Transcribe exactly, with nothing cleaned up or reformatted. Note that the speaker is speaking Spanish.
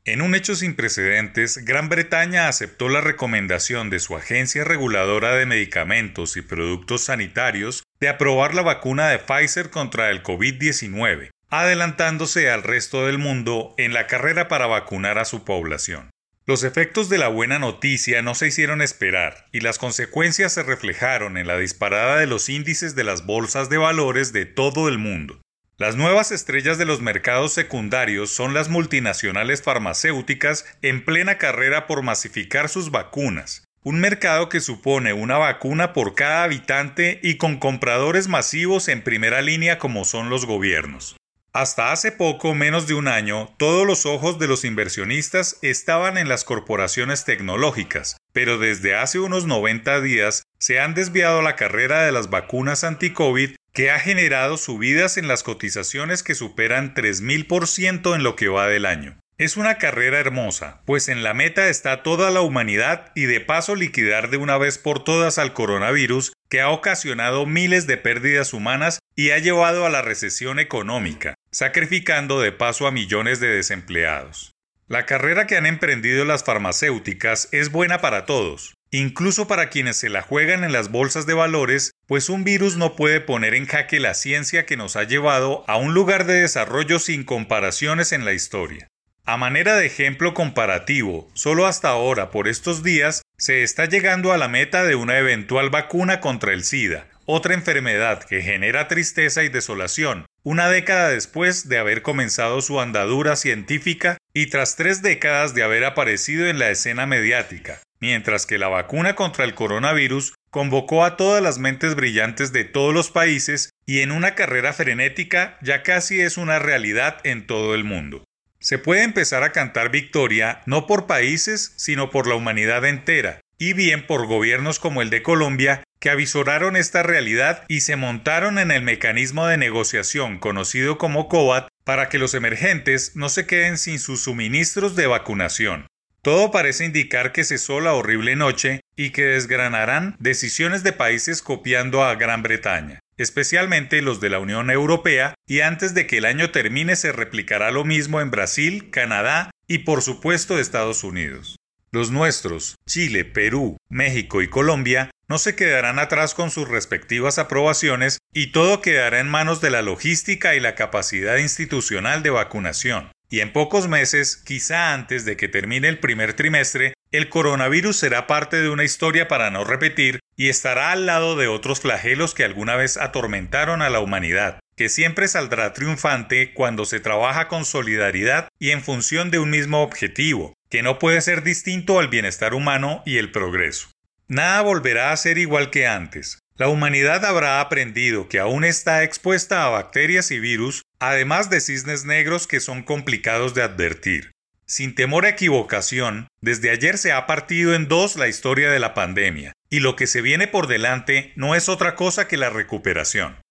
En un hecho sin precedentes, Gran Bretaña aceptó la recomendación de su Agencia Reguladora de Medicamentos y Productos Sanitarios de aprobar la vacuna de Pfizer contra el COVID diecinueve, adelantándose al resto del mundo en la carrera para vacunar a su población. Los efectos de la buena noticia no se hicieron esperar y las consecuencias se reflejaron en la disparada de los índices de las bolsas de valores de todo el mundo. Las nuevas estrellas de los mercados secundarios son las multinacionales farmacéuticas en plena carrera por masificar sus vacunas, un mercado que supone una vacuna por cada habitante y con compradores masivos en primera línea como son los gobiernos. Hasta hace poco, menos de un año, todos los ojos de los inversionistas estaban en las corporaciones tecnológicas, pero desde hace unos noventa días se han desviado la carrera de las vacunas anti-COVID, que ha generado subidas en las cotizaciones que superan tres mil por ciento en lo que va del año. Es una carrera hermosa, pues en la meta está toda la humanidad y de paso liquidar de una vez por todas al coronavirus, que ha ocasionado miles de pérdidas humanas y ha llevado a la recesión económica, sacrificando de paso a millones de desempleados. La carrera que han emprendido las farmacéuticas es buena para todos, incluso para quienes se la juegan en las bolsas de valores, pues un virus no puede poner en jaque la ciencia que nos ha llevado a un lugar de desarrollo sin comparaciones en la historia. A manera de ejemplo comparativo, solo hasta ahora, por estos días, se está llegando a la meta de una eventual vacuna contra el SIDA, otra enfermedad que genera tristeza y desolación, una década después de haber comenzado su andadura científica y tras tres décadas de haber aparecido en la escena mediática, mientras que la vacuna contra el coronavirus convocó a todas las mentes brillantes de todos los países y en una carrera frenética ya casi es una realidad en todo el mundo. Se puede empezar a cantar victoria no por países, sino por la humanidad entera, y bien por gobiernos como el de Colombia, que avisoraron esta realidad y se montaron en el mecanismo de negociación conocido como COVAX para que los emergentes no se queden sin sus suministros de vacunación. Todo parece indicar que cesó la horrible noche y que desgranarán decisiones de países copiando a Gran Bretaña, especialmente los de la Unión Europea, y antes de que el año termine se replicará lo mismo en Brasil, Canadá y por supuesto Estados Unidos. Los nuestros, Chile, Perú, México y Colombia, no se quedarán atrás con sus respectivas aprobaciones y todo quedará en manos de la logística y la capacidad institucional de vacunación. Y en pocos meses, quizá antes de que termine el primer trimestre, el coronavirus será parte de una historia para no repetir y estará al lado de otros flagelos que alguna vez atormentaron a la humanidad, que siempre saldrá triunfante cuando se trabaja con solidaridad y en función de un mismo objetivo, que no puede ser distinto al bienestar humano y el progreso. Nada volverá a ser igual que antes. La humanidad habrá aprendido que aún está expuesta a bacterias y virus, además de cisnes negros que son complicados de advertir. Sin temor a equivocación, desde ayer se ha partido en dos la historia de la pandemia, y lo que se viene por delante no es otra cosa que la recuperación.